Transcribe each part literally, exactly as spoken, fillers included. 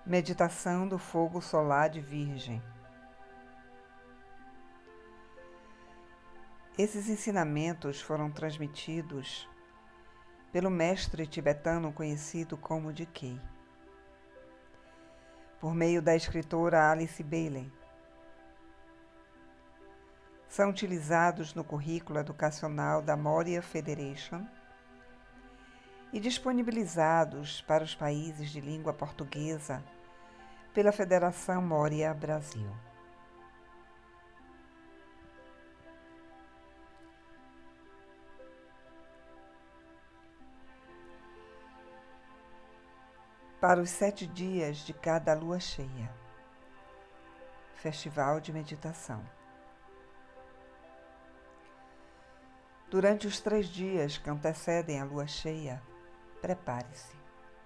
Meditação do fogo solar de Virgem. Esses ensinamentos foram transmitidos pelo mestre tibetano conhecido como D K, por meio da escritora Alice Bailey. São utilizados no currículo educacional da Moria Federation e disponibilizados para os países de língua portuguesa pela Federação Moria Brasil. Para os sete dias de cada lua cheia. Festival de meditação. Durante os três dias que antecedem a lua cheia, prepare-se.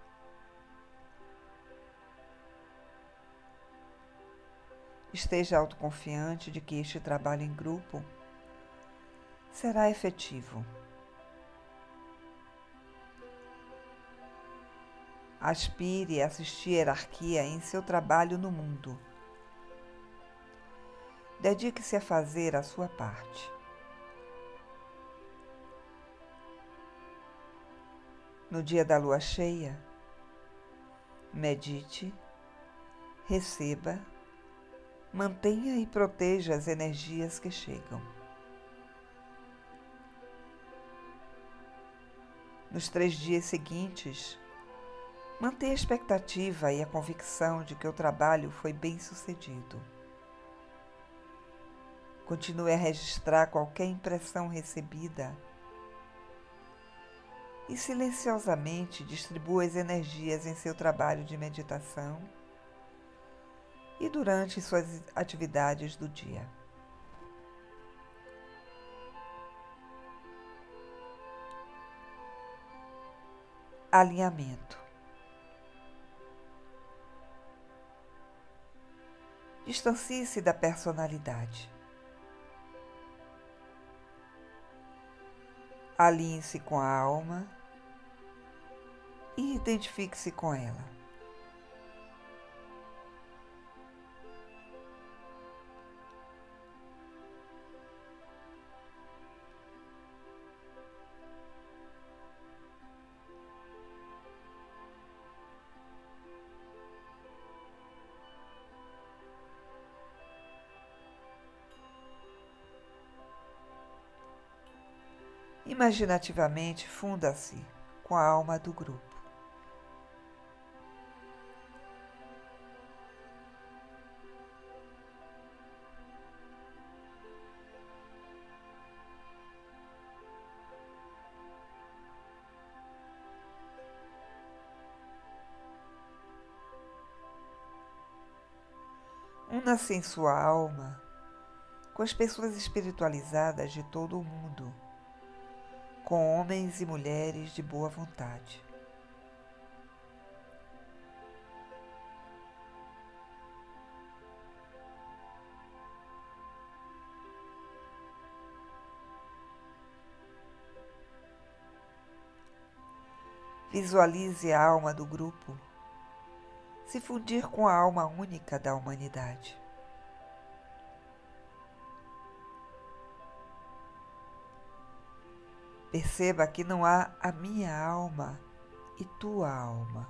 Esteja autoconfiante de que este trabalho em grupo será efetivo. Aspire a assistir hierarquia em seu trabalho no mundo. Dedique-se a fazer a sua parte. No dia da lua cheia, medite, receba, mantenha e proteja as energias que chegam. Nos três dias seguintes, mantenha a expectativa e a convicção de que o trabalho foi bem sucedido. Continue a registrar qualquer impressão recebida e silenciosamente distribua as energias em seu trabalho de meditação e durante suas atividades do dia. Alinhamento. Distancie-se da personalidade. Alinhe-se com a alma e identifique-se com ela. Imaginativamente, funda-se com a alma do grupo. Una-se em sua alma com as pessoas espiritualizadas de todo o mundo, com homens e mulheres de boa vontade. Visualize a alma do grupo se fundir com a alma única da humanidade. Perceba que não há a minha alma e tua alma.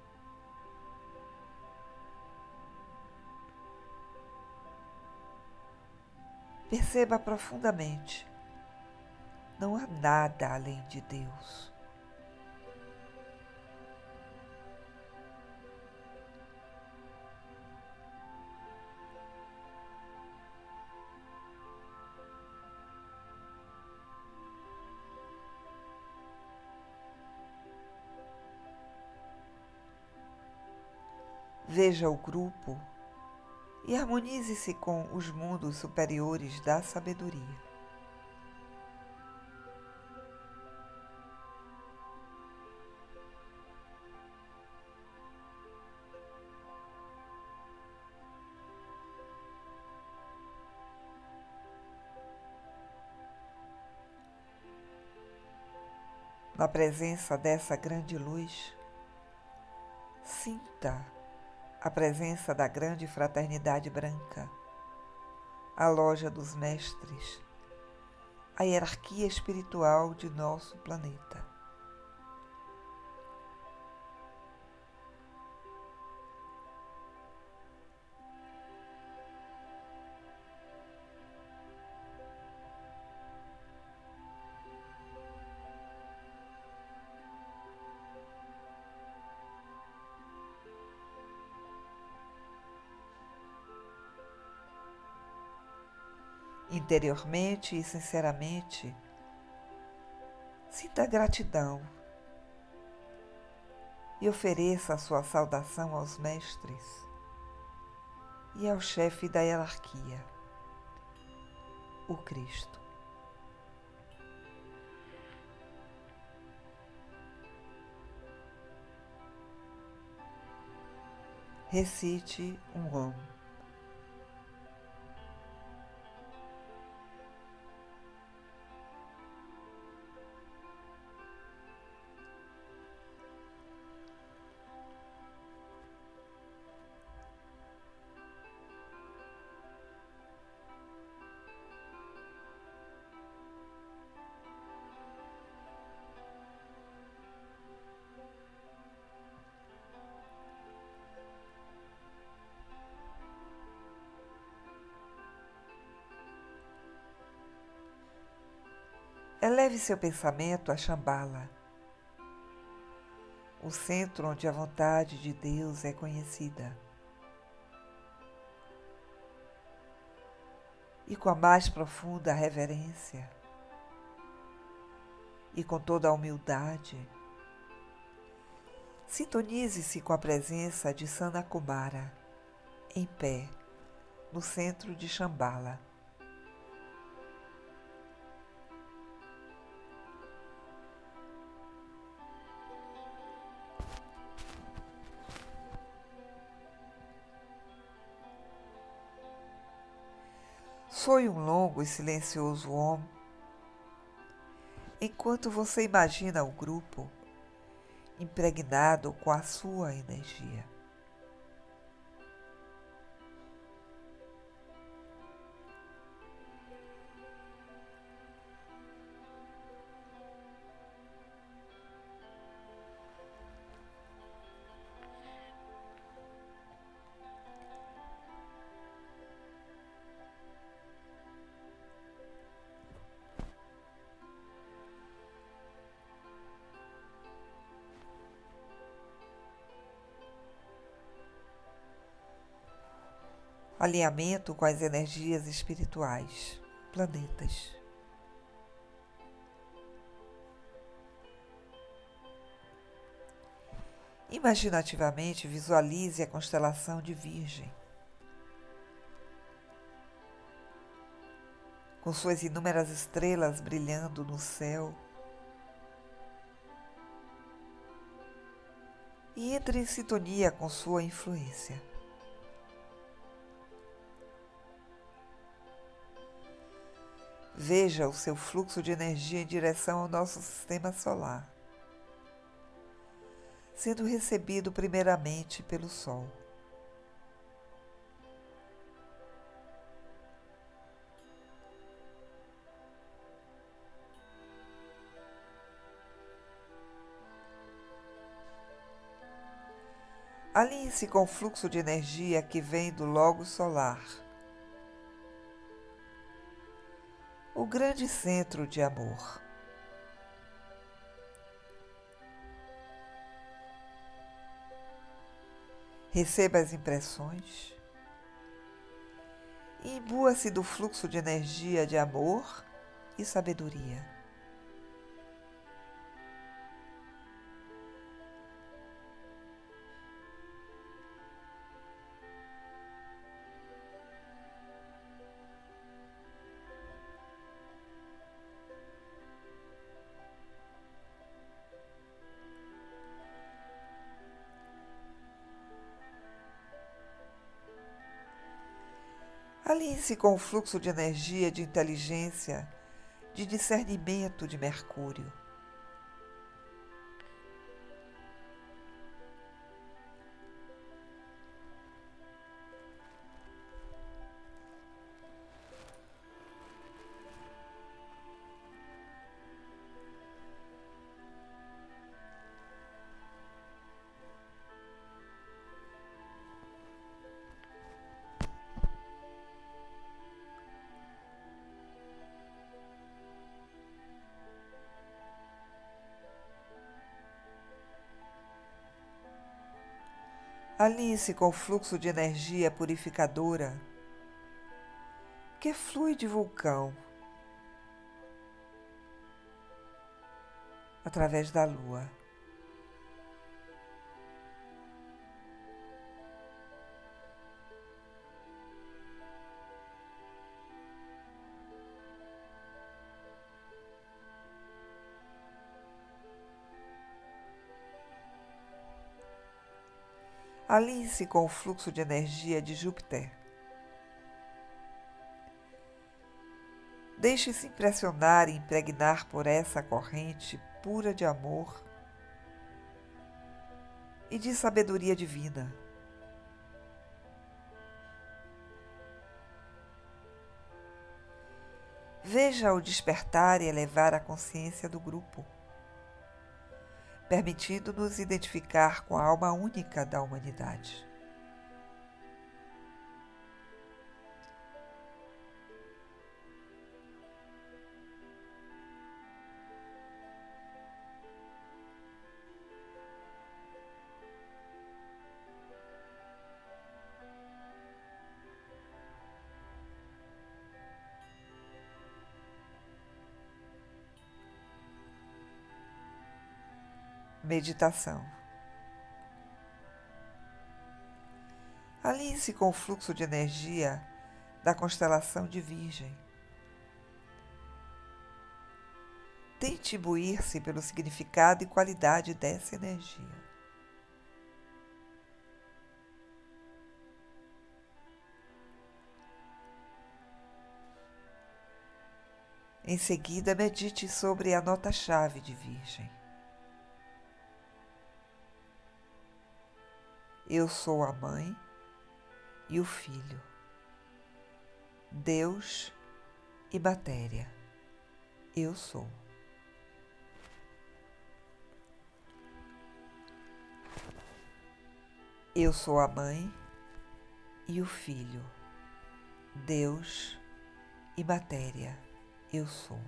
Perceba profundamente, não há nada além de Deus. Veja o grupo e harmonize-se com os mundos superiores da sabedoria. Na presença dessa grande luz, sinta a presença da grande fraternidade branca, a loja dos mestres, a hierarquia espiritual de nosso planeta. Interiormente e sinceramente, sinta gratidão e ofereça a sua saudação aos mestres e ao chefe da hierarquia, o Cristo. Recite um Om. Eleve seu pensamento a Shambhala, o centro onde a vontade de Deus é conhecida. E com a mais profunda reverência e com toda a humildade, sintonize-se com a presença de Sannakumara, em pé, no centro de Shambhala. Soe um longo e silencioso Om, enquanto você imagina o grupo impregnado com a sua energia. Alinhamento com as energias espirituais, planetas. Imaginativamente visualize a constelação de Virgem, com suas inúmeras estrelas brilhando no céu, e entre em sintonia com sua influência. Veja o seu fluxo de energia em direção ao nosso sistema solar, sendo recebido primeiramente pelo Sol. Alinhe-se com o fluxo de energia que vem do Logos solar, o grande centro de amor. Receba as impressões e imbua-se do fluxo de energia de amor e sabedoria. Alinhe-se com o fluxo de energia de inteligência, de discernimento de Mercúrio. Alinhe-se com o fluxo de energia purificadora que flui de vulcão através da lua. Alinhe-se com o fluxo de energia de Júpiter. Deixe-se impressionar e impregnar por essa corrente pura de amor e de sabedoria divina. Veja-o despertar e elevar a consciência do grupo, permitindo-nos identificar com a alma única da humanidade. Meditação. Alinhe-se com o fluxo de energia da constelação de Virgem. Tente imbuir-se pelo significado e qualidade dessa energia. Em seguida, medite sobre a nota-chave de Virgem. Eu sou a mãe e o filho, Deus e matéria. Eu sou. Eu sou a mãe e o filho, Deus e matéria. Eu sou.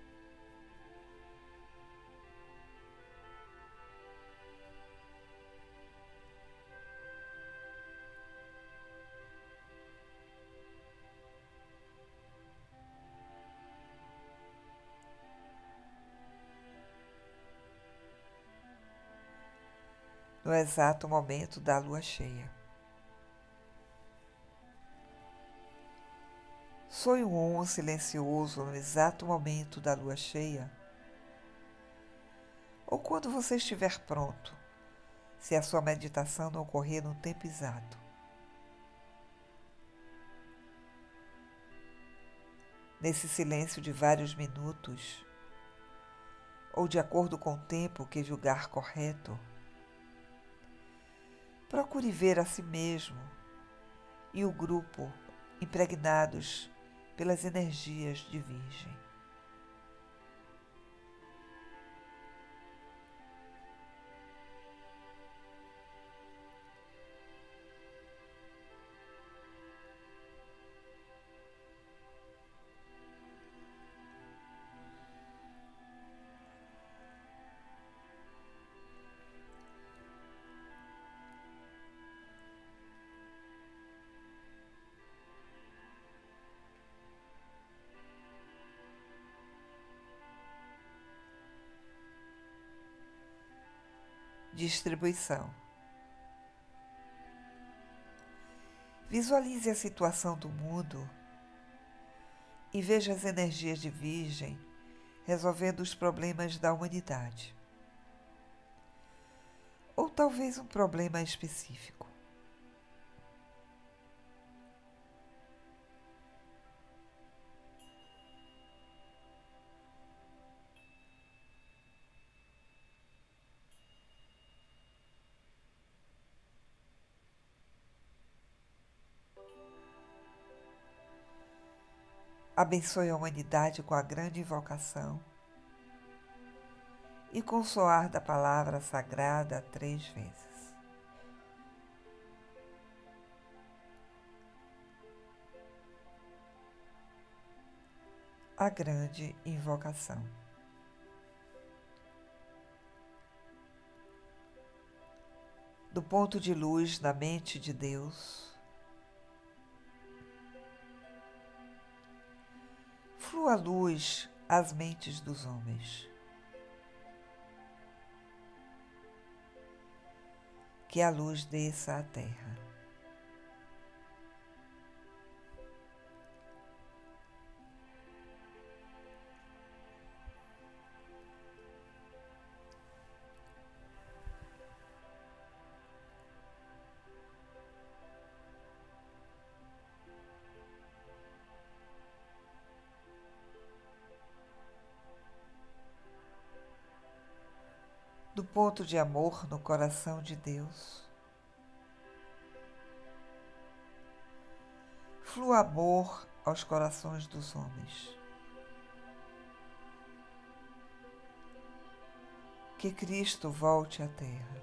No exato momento da lua cheia. Soe um om silencioso no exato momento da lua cheia, ou quando você estiver pronto, se a sua meditação não ocorrer no tempo exato. Nesse silêncio de vários minutos, ou de acordo com o tempo que julgar correto, procure ver a si mesmo e o grupo impregnados pelas energias de Virgem. Distribuição. Visualize a situação do mundo e veja as energias de Virgem resolvendo os problemas da humanidade. Ou talvez um problema específico. Abençoe a humanidade com a grande invocação e com o soar da palavra sagrada três vezes. A grande invocação. do ponto de luz na mente de Deus, flua a luz às mentes dos homens. Que a luz desça à terra. Do ponto de amor no coração de Deus, flua amor aos corações dos homens. Que Cristo volte à terra.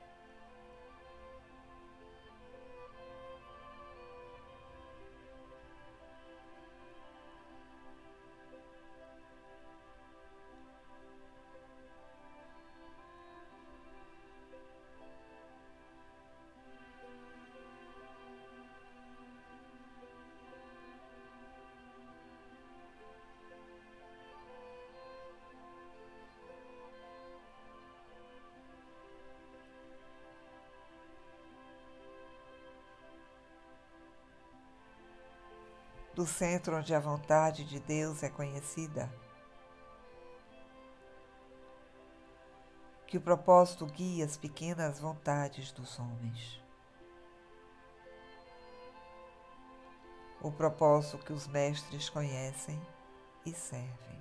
Do centro onde a vontade de Deus é conhecida, que o propósito guia as pequenas vontades dos homens. O propósito que os mestres conhecem e servem.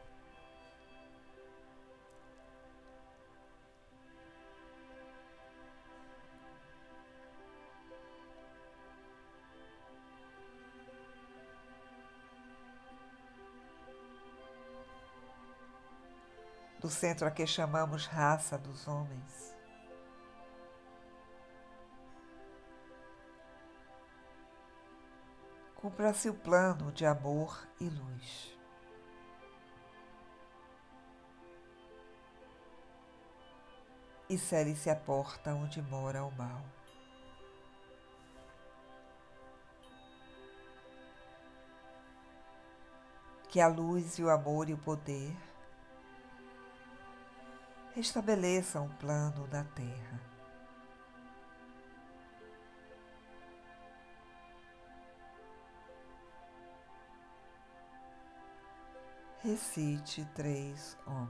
Do centro a que chamamos raça dos homens, cumpra-se o plano de amor e luz. E cele-se a porta onde mora o mal. Que a luz e o amor e o poder restabeleçam o plano da terra. Recite três Om.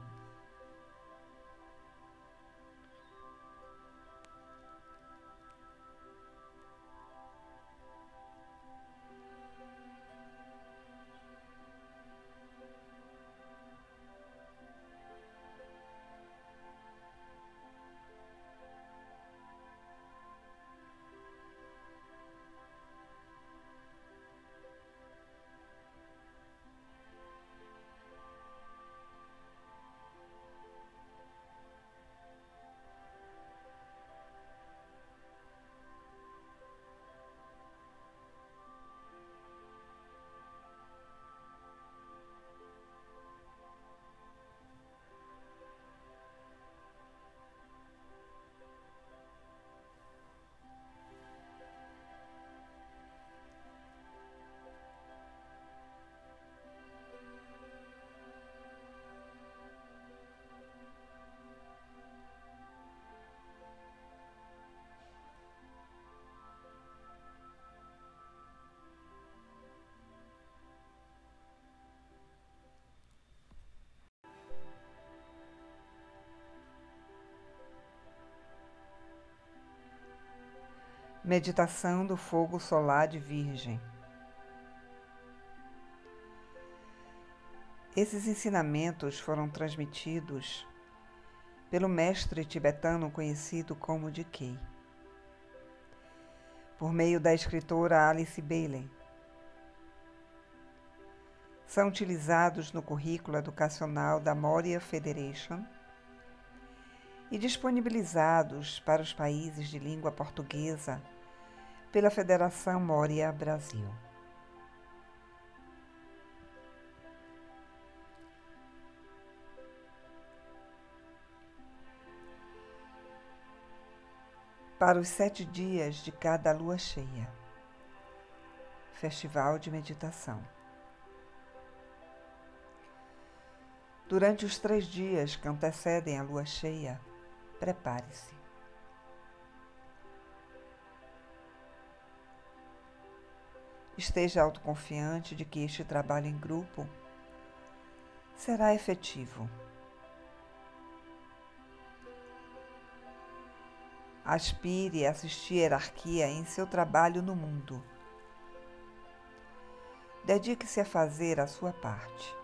Meditação do fogo solar de Virgem. Esses ensinamentos foram transmitidos pelo mestre tibetano conhecido como D K, por meio da escritora Alice Bailey. São utilizados no currículo educacional da Moria Federation e disponibilizados para os países de língua portuguesa pela Federação Moria Brasil. para os sete dias de cada lua cheia. Festival de meditação. Durante os três dias que antecedem a lua cheia, prepare-se. Esteja autoconfiante de que este trabalho em grupo será efetivo. Aspire a assistir a hierarquia em seu trabalho no mundo. Dedique-se a fazer a sua parte.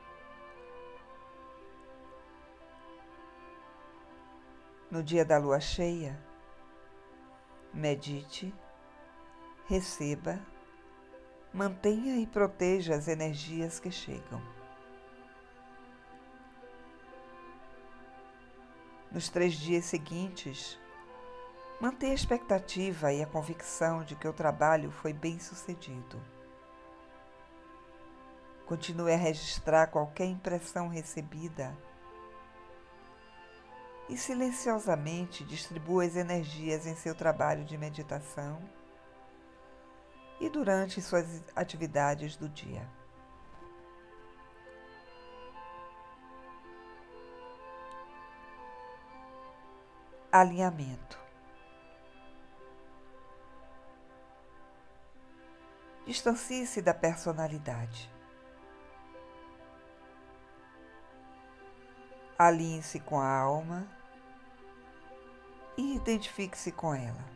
No dia da lua cheia, medite, receba, mantenha e proteja as energias que chegam. Nos três dias seguintes, mantenha a expectativa e a convicção de que o trabalho foi bem sucedido. Continue a registrar qualquer impressão recebida e silenciosamente distribua as energias em seu trabalho de meditação e durante suas atividades do dia. Alinhamento. Distancie-se da personalidade. Alinhe-se com a alma e identifique-se com ela.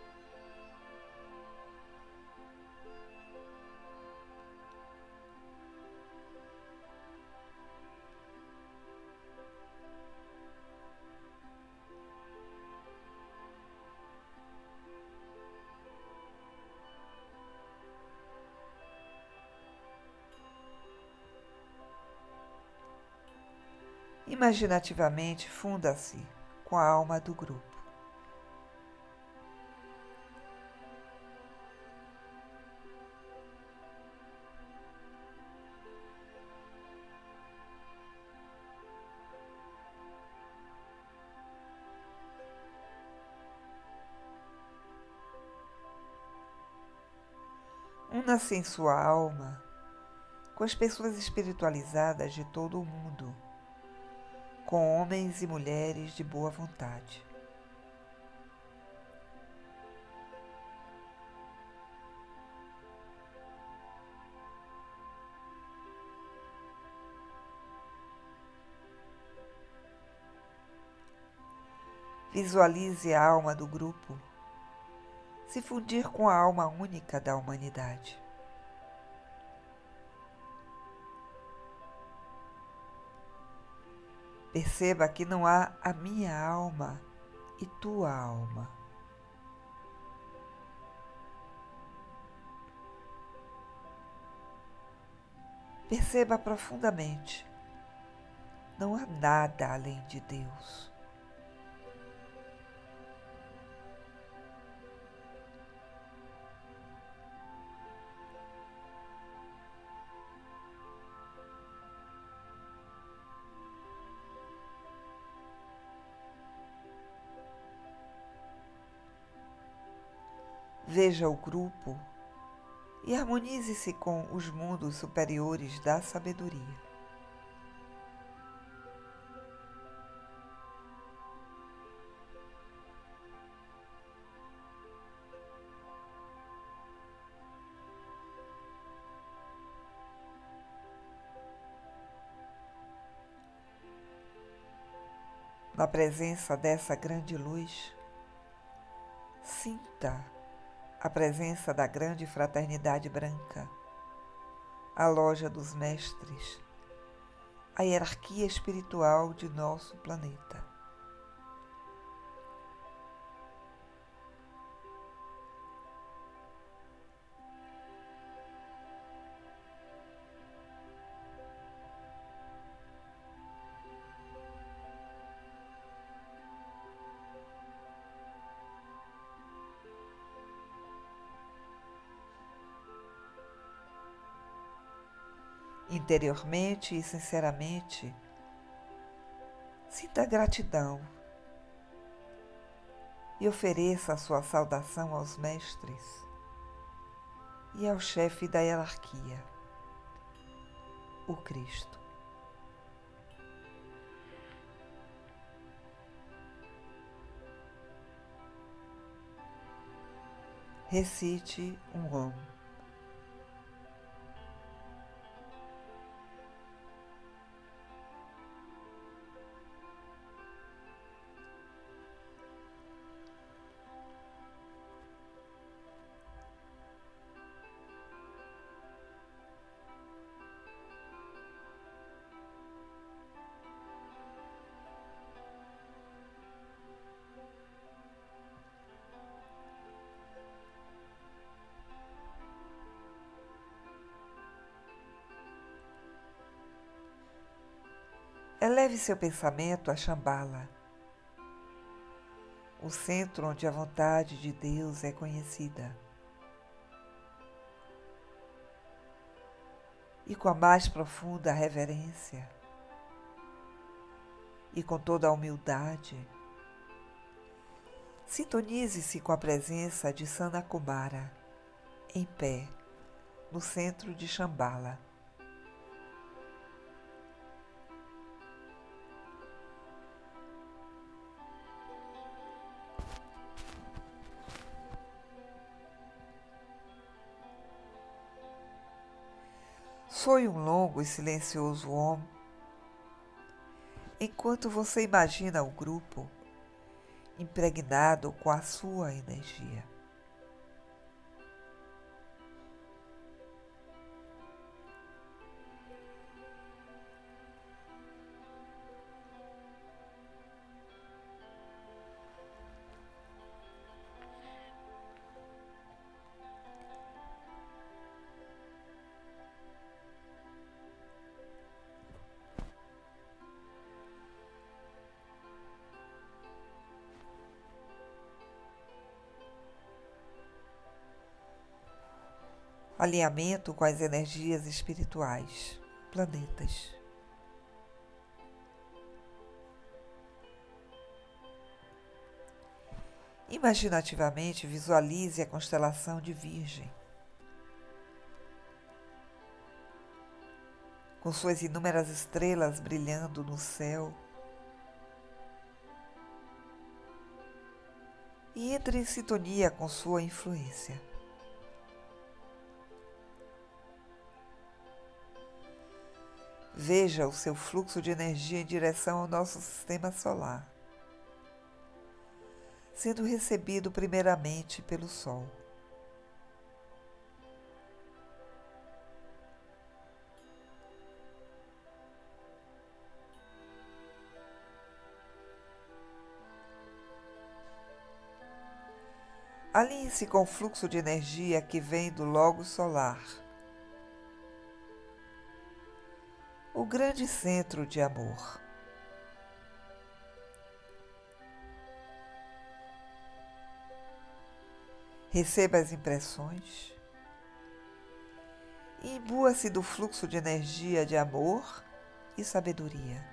Imaginativamente, funda-se com a alma do grupo. Una-se em sua alma com as pessoas espiritualizadas de todo o mundo, com homens e mulheres de boa vontade. Visualize a alma do grupo se fundir com a alma única da humanidade. Perceba que não há a minha alma e tua alma. Perceba profundamente, não há nada além de Deus. Veja o grupo e harmonize-se com os mundos superiores da sabedoria. Na presença dessa grande luz, sinta a presença da grande fraternidade branca, a loja dos mestres, a hierarquia espiritual de nosso planeta. Interiormente e sinceramente, sinta gratidão e ofereça a sua saudação aos mestres e ao chefe da hierarquia, o Cristo. Recite um Om. Eleve seu pensamento a Shambhala, o centro onde a vontade de Deus é conhecida. E com a mais profunda reverência e com toda a humildade, sintonize-se com a presença de Sannakumara, em pé, no centro de Shambhala. Soe um longo e silencioso Om, enquanto você imagina o grupo impregnado com a sua energia. Alinhamento com as energias espirituais, planetas. Imaginativamente visualize a constelação de Virgem, com suas inúmeras estrelas brilhando no céu, e entre em sintonia com sua influência. Veja o seu fluxo de energia em direção ao nosso sistema solar, sendo recebido primeiramente pelo Sol. Alinhe-se com o fluxo de energia que vem do Logos solar, o grande centro de amor. Receba as impressões e imbua-se do fluxo de energia de amor e sabedoria.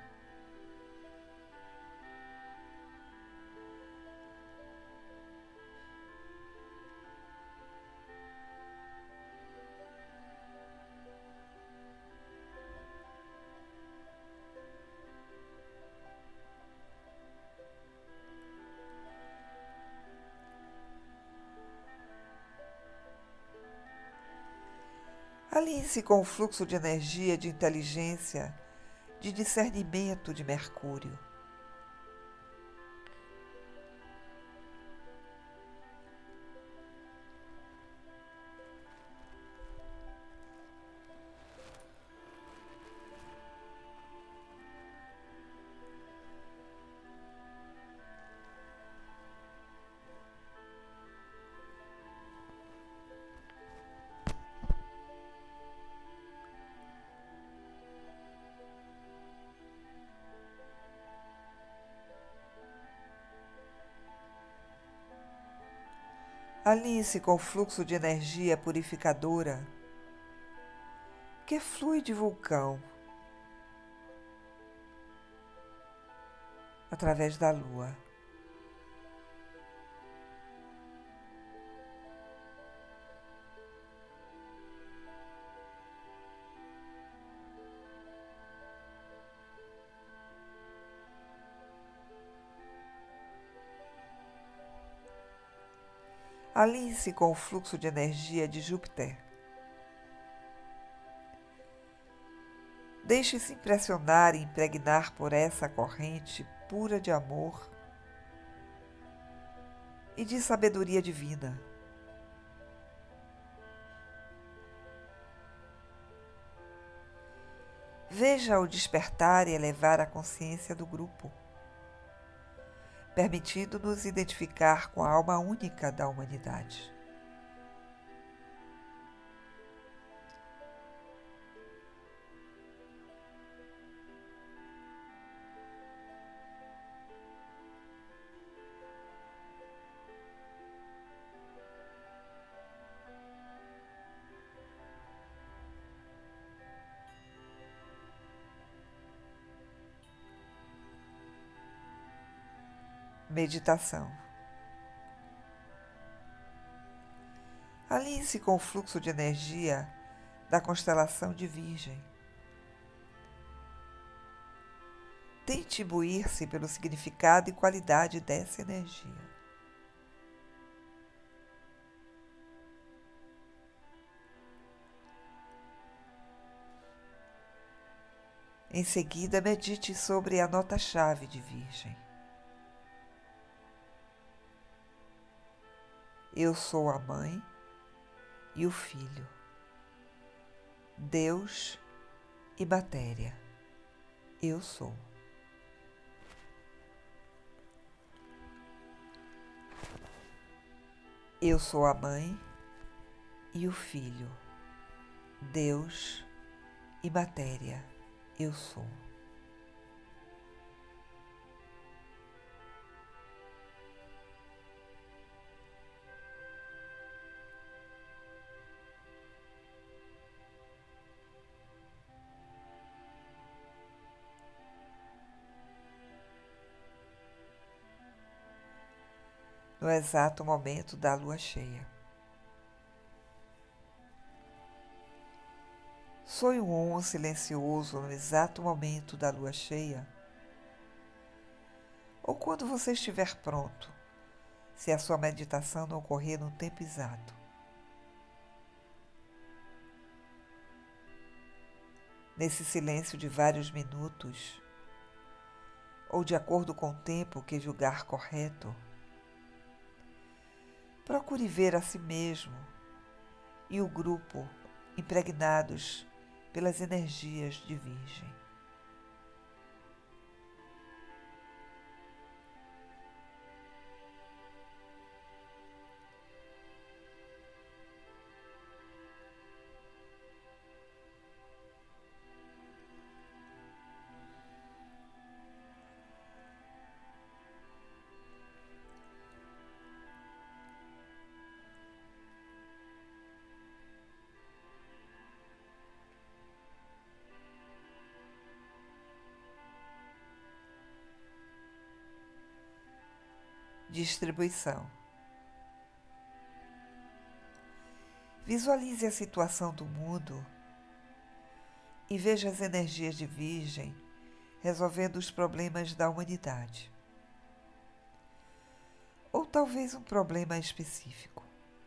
Alinhe-se com o fluxo de energia de inteligência, de discernimento de Mercúrio. Alinhe-se com o fluxo de energia purificadora que flui de vulcão através da Lua. Alinhe-se com o fluxo de energia de Júpiter. Deixe-se impressionar e impregnar por essa corrente pura de amor e de sabedoria divina. Veja-o despertar e elevar a consciência do grupo, permitindo-nos identificar com a alma única da humanidade. Meditação. Alinhe-se com o fluxo de energia da constelação de Virgem. Tente imbuir-se pelo significado e qualidade dessa energia. Em seguida, medite sobre a nota-chave de Virgem. Eu sou a mãe e o filho, Deus e matéria. Eu sou. Eu sou a mãe e o filho, Deus e matéria. Eu sou. No exato momento da lua cheia. Soe um om silencioso no exato momento da lua cheia, ou quando você estiver pronto, se a sua meditação não ocorrer no tempo exato. Nesse silêncio de vários minutos, ou de acordo com o tempo que julgar correto, procure ver a si mesmo e o grupo impregnados pelas energias de Virgem. Distribuição. Visualize a situação do mundo e veja as energias de Virgem resolvendo os problemas da humanidade. Ou talvez um problema específico.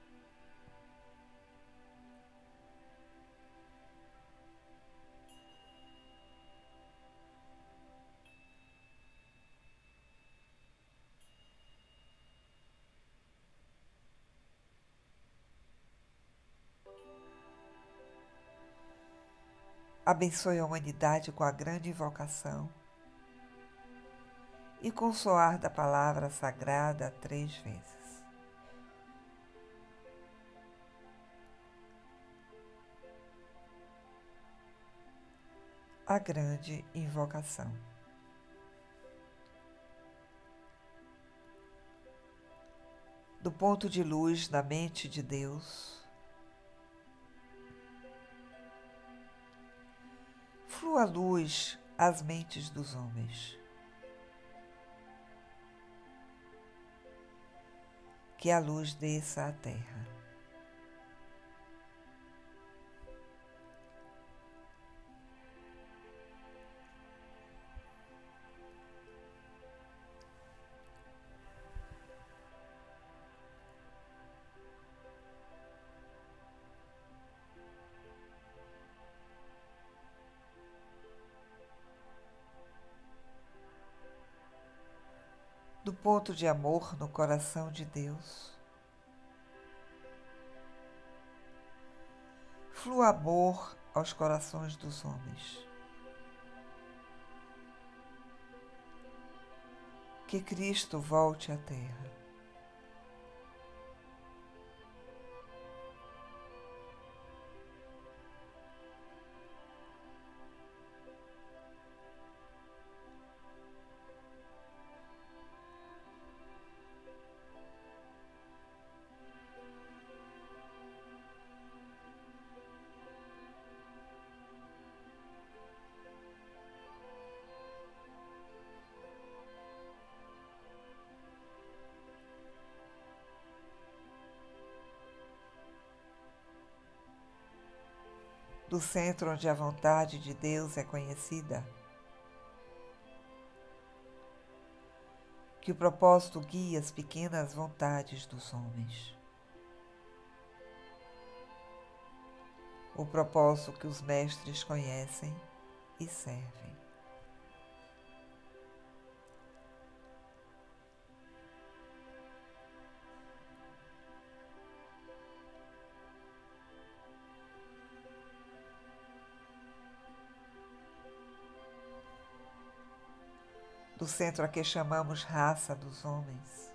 Abençoe a humanidade com a grande invocação e com o soar da palavra sagrada três vezes. A grande invocação. Do ponto de luz na mente de Deus, flua a luz às mentes dos homens. Que a luz desça à terra. do ponto de amor no coração de Deus. Flua amor aos corações dos homens. Que Cristo volte à Terra. Do centro onde a vontade de Deus é conhecida, que o propósito guia as pequenas vontades dos homens. O propósito que os mestres conhecem e servem. Do centro a que chamamos raça dos homens.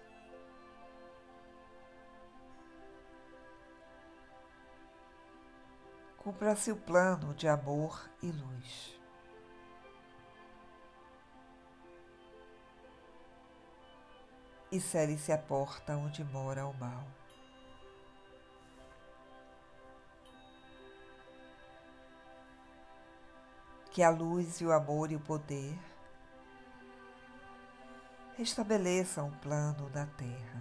Cumpra-se o plano de amor e luz. E cele-se a porta onde mora o mal. Que a luz e o amor e o poder restabeleçam o plano da Terra.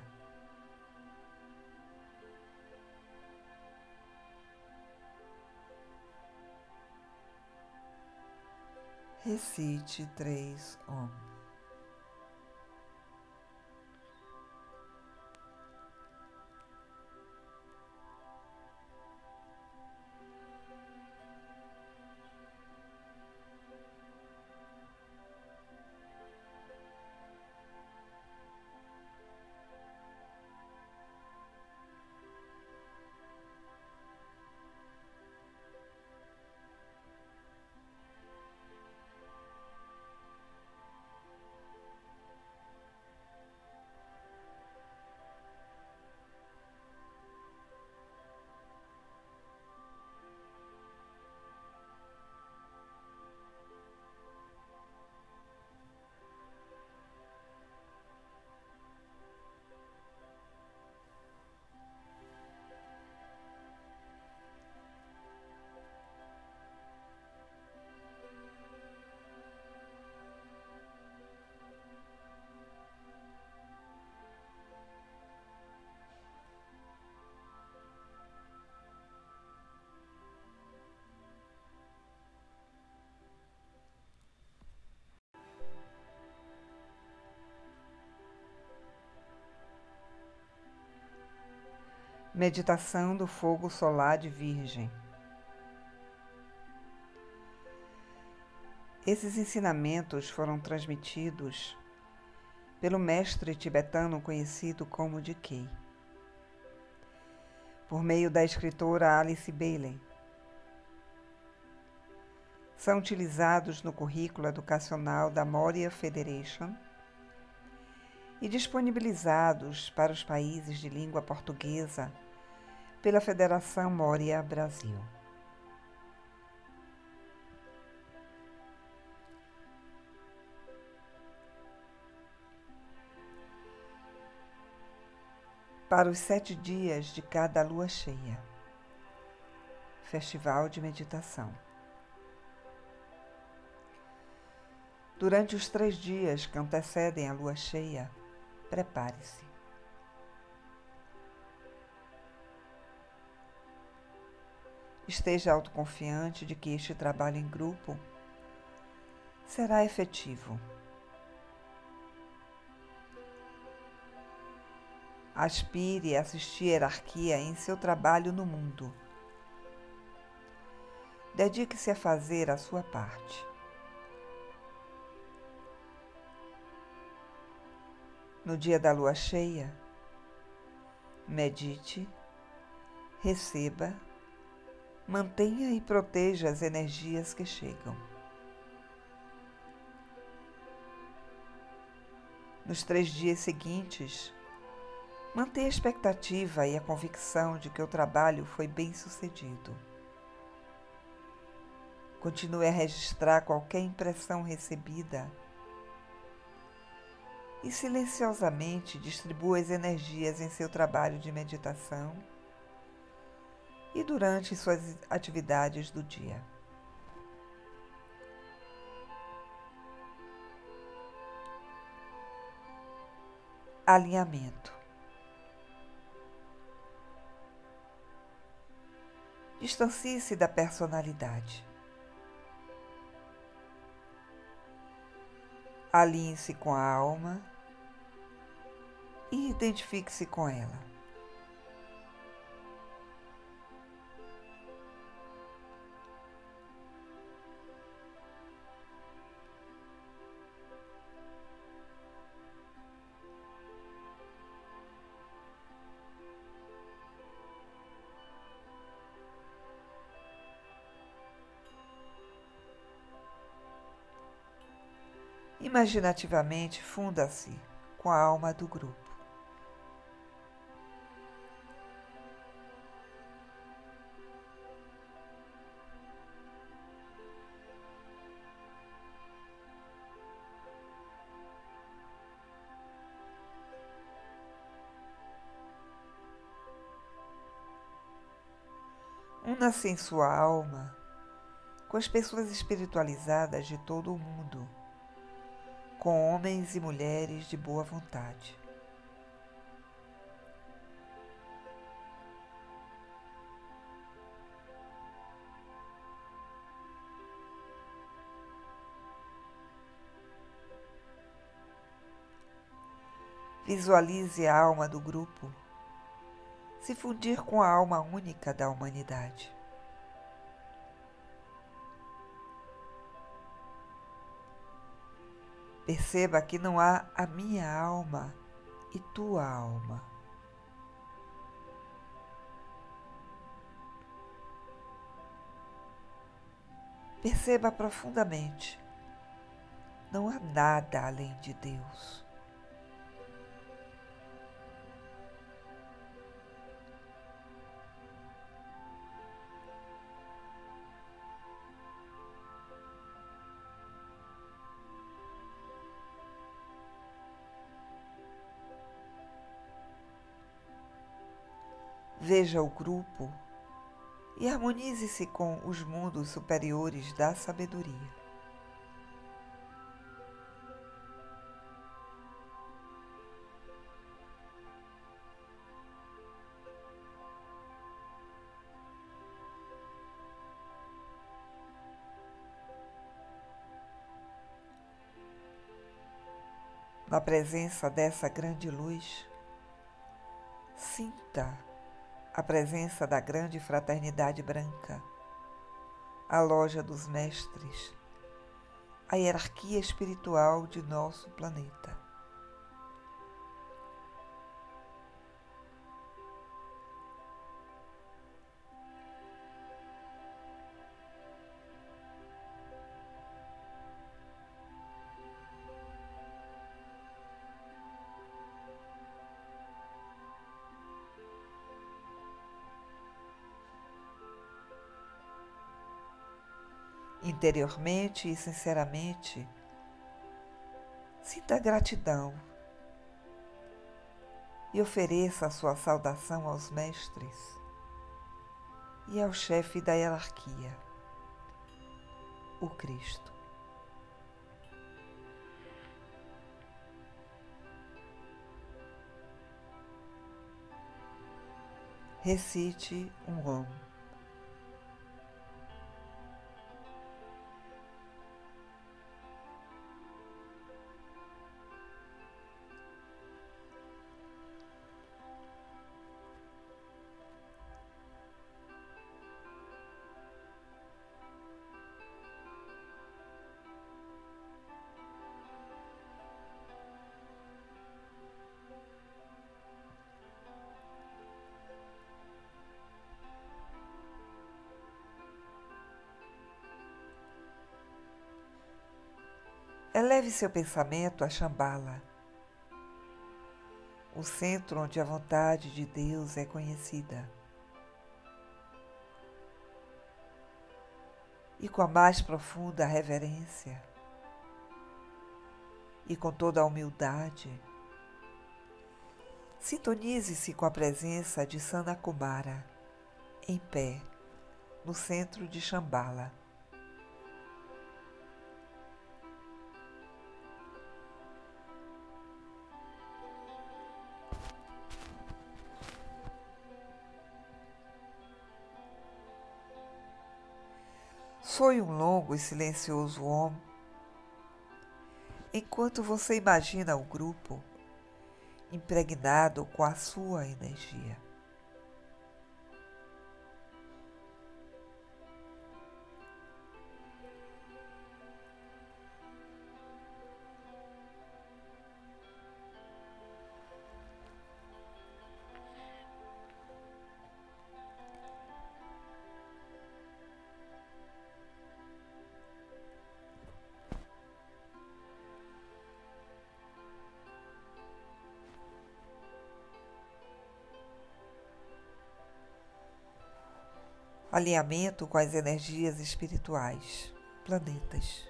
Recite três Om. Meditação do fogo solar de Virgem. Esses ensinamentos foram transmitidos pelo mestre tibetano conhecido como D K, por meio da escritora Alice Bailey. São utilizados no currículo educacional da Moria Federation e disponibilizados para os países de língua portuguesa pela Federação Moria Brasil. Para os sete dias de cada lua cheia. Festival de meditação. Durante os três dias que antecedem a lua cheia, prepare-se. Esteja autoconfiante de que este trabalho em grupo será efetivo. Aspire a assistir hierarquia em seu trabalho no mundo. Dedique-se a fazer a sua parte. No dia da lua cheia, medite, receba, mantenha e proteja as energias que chegam. Nos três dias seguintes, mantenha a expectativa e a convicção de que o trabalho foi bem sucedido. Continue a registrar qualquer impressão recebida e silenciosamente distribua as energias em seu trabalho de meditação e durante suas atividades do dia. Alinhamento. Distancie-se da personalidade. Alinhe-se com a alma e identifique-se com ela. Imaginativamente, funda-se com a alma do grupo. Una-se em sua alma com as pessoas espiritualizadas de todo o mundo, com homens e mulheres de boa vontade. Visualize a alma do grupo se fundir com a alma única da humanidade. Perceba que não há a minha alma e tua alma. Perceba profundamente, não há nada além de Deus. Veja o grupo e harmonize-se com os mundos superiores da sabedoria. Na presença dessa grande luz, sinta a presença da grande fraternidade branca, a loja dos mestres, a hierarquia espiritual de nosso planeta. Interiormente e sinceramente, sinta gratidão e ofereça a sua saudação aos mestres e ao chefe da hierarquia, o Cristo. Recite um Om. Eleve seu pensamento a Shambhala, o centro onde a vontade de Deus é conhecida. E com a mais profunda reverência e com toda a humildade, sintonize-se com a presença de Sannakumara, em pé, no centro de Shambhala. Soe um longo e silencioso Om, enquanto você imagina o grupo impregnado com a sua energia. Alinhamento com as energias espirituais, planetas.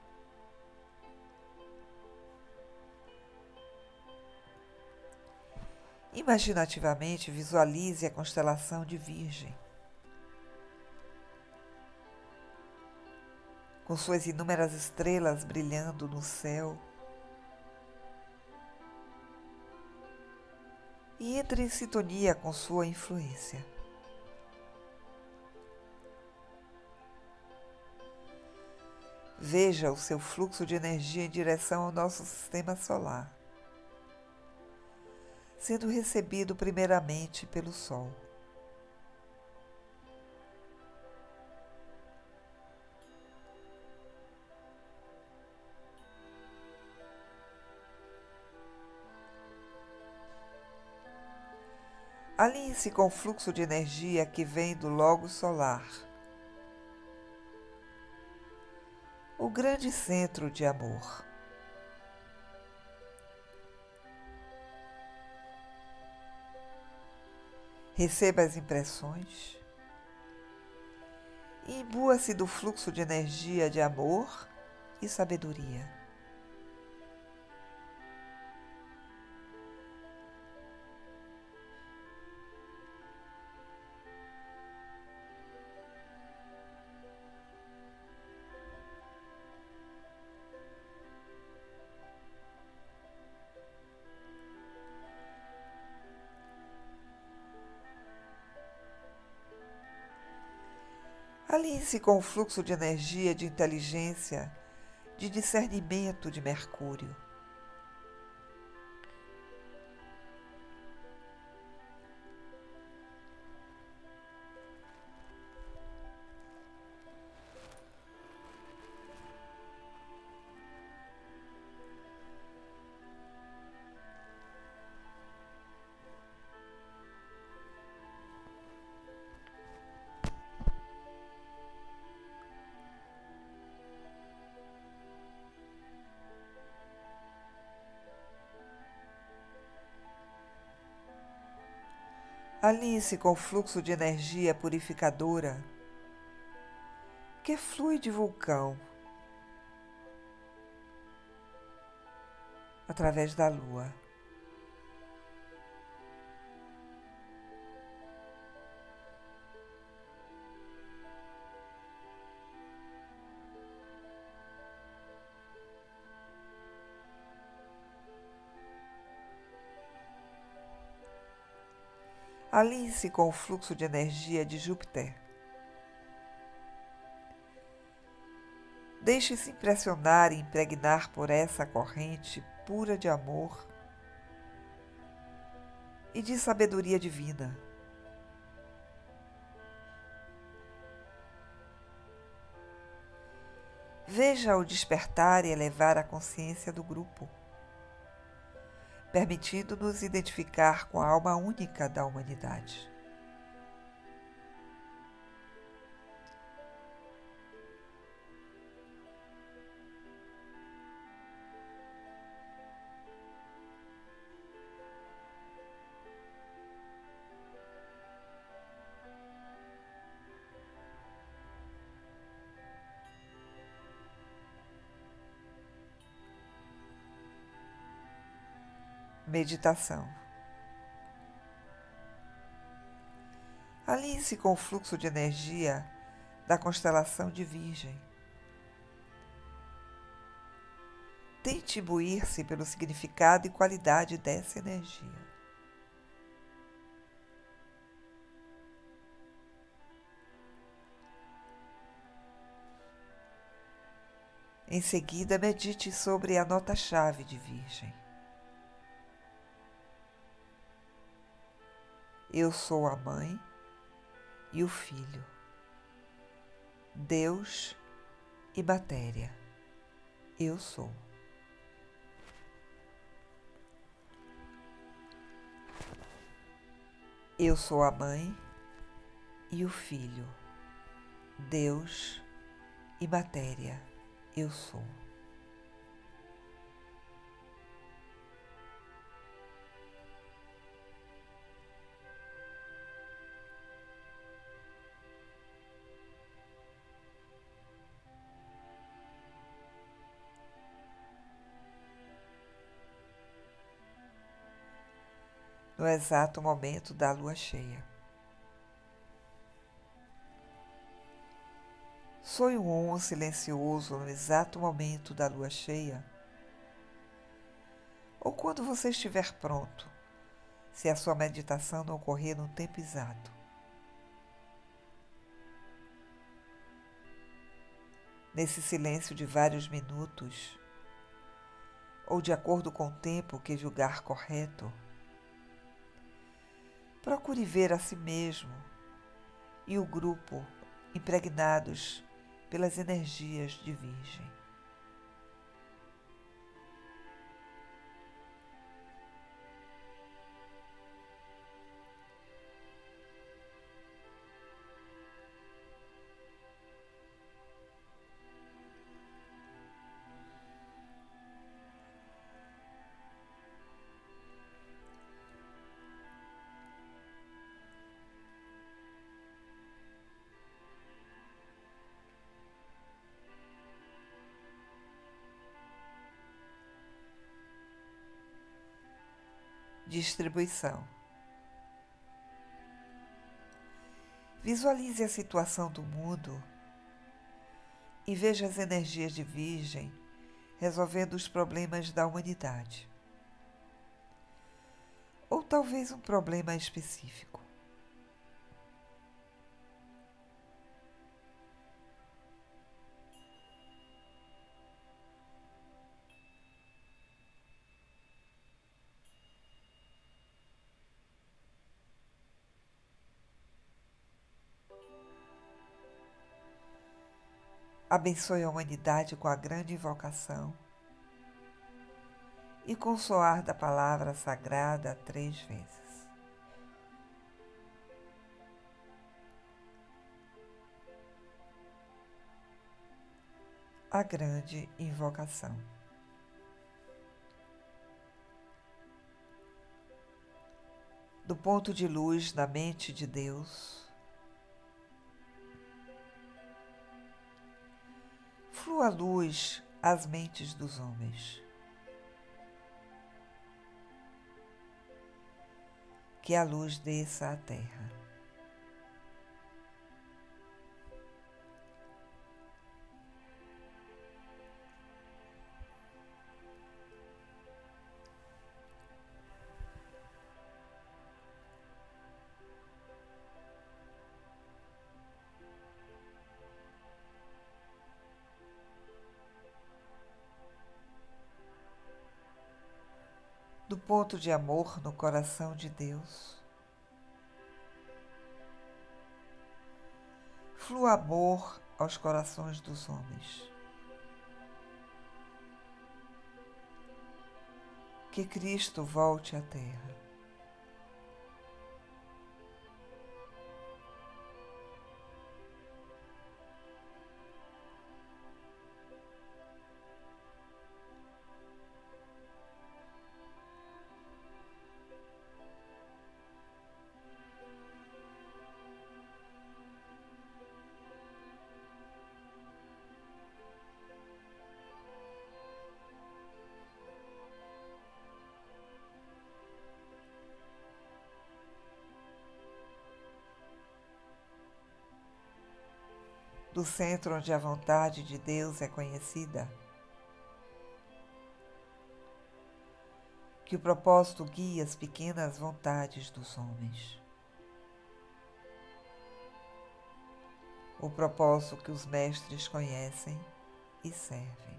Imaginativamente visualize a constelação de Virgem, com suas inúmeras estrelas brilhando no céu, e entre em sintonia com sua influência. Veja o seu fluxo de energia em direção ao nosso sistema solar, sendo recebido primeiramente pelo Sol. Alinhe-se com o fluxo de energia que vem do Logos solar, o grande centro de amor. Receba as impressões e imbua-se do fluxo de energia de amor e sabedoria. Alinhe-se com o fluxo de energia de inteligência, de discernimento de Mercúrio. Alinhe-se com o fluxo de energia purificadora que flui de vulcão através da Lua. Alinhe-se com o fluxo de energia de Júpiter. Deixe-se impressionar e impregnar por essa corrente pura de amor e de sabedoria divina. Veja-o despertar e elevar a consciência do grupo, permitindo-nos identificar com a alma única da humanidade. Meditação. Alinhe-se com o fluxo de energia da constelação de Virgem. Tente imbuir-se pelo significado e qualidade dessa energia. Em seguida, medite sobre a nota-chave de Virgem. Eu sou a mãe e o filho, Deus e matéria. Eu sou. Eu sou a mãe e o filho, Deus e matéria. Eu sou. No exato momento da lua cheia. Soe um om silencioso no exato momento da lua cheia, ou quando você estiver pronto, se a sua meditação não ocorrer no tempo exato. Nesse silêncio de vários minutos, ou de acordo com o tempo que julgar correto, procure ver a si mesmo e o grupo impregnados pelas energias de Virgem. Distribuição. Visualize a situação do mundo e veja as energias de Virgem resolvendo os problemas da humanidade. Ou talvez um problema específico. Abençoe a humanidade com a grande invocação e com o soar da palavra sagrada três vezes. A grande invocação. Do ponto de luz na mente de Deus, flua a luz às mentes dos homens. Que a luz desça à terra. Do ponto de amor no coração de Deus, flua amor aos corações dos homens. Que Cristo volte à terra. do centro onde a vontade de Deus é conhecida. Que o propósito guie as pequenas vontades dos homens. O propósito que os mestres conhecem e servem.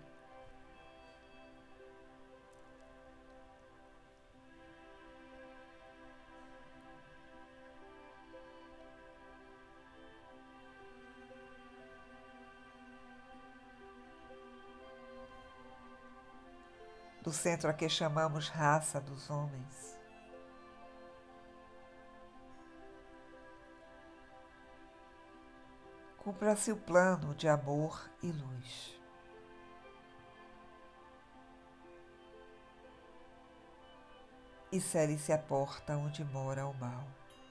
Do centro a que chamamos raça dos homens. Cumpra-se o plano de amor e luz. E cele-se a porta onde mora o mal.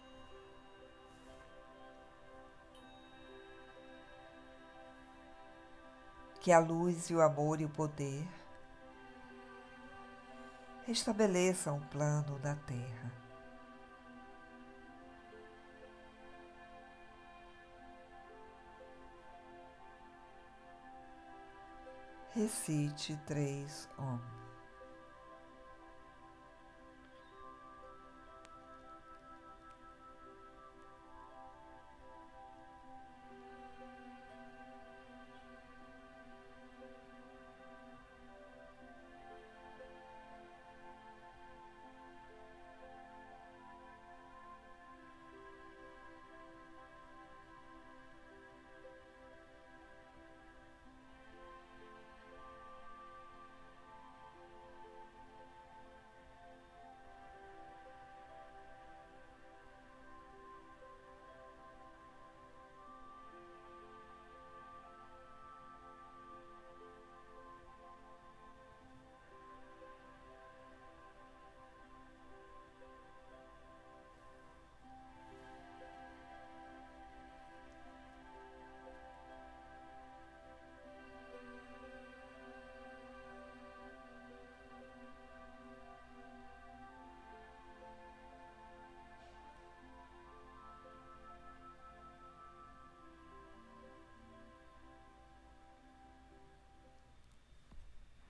Que a luz e o amor e o poder restabeleçam o plano da terra. Recite três Om.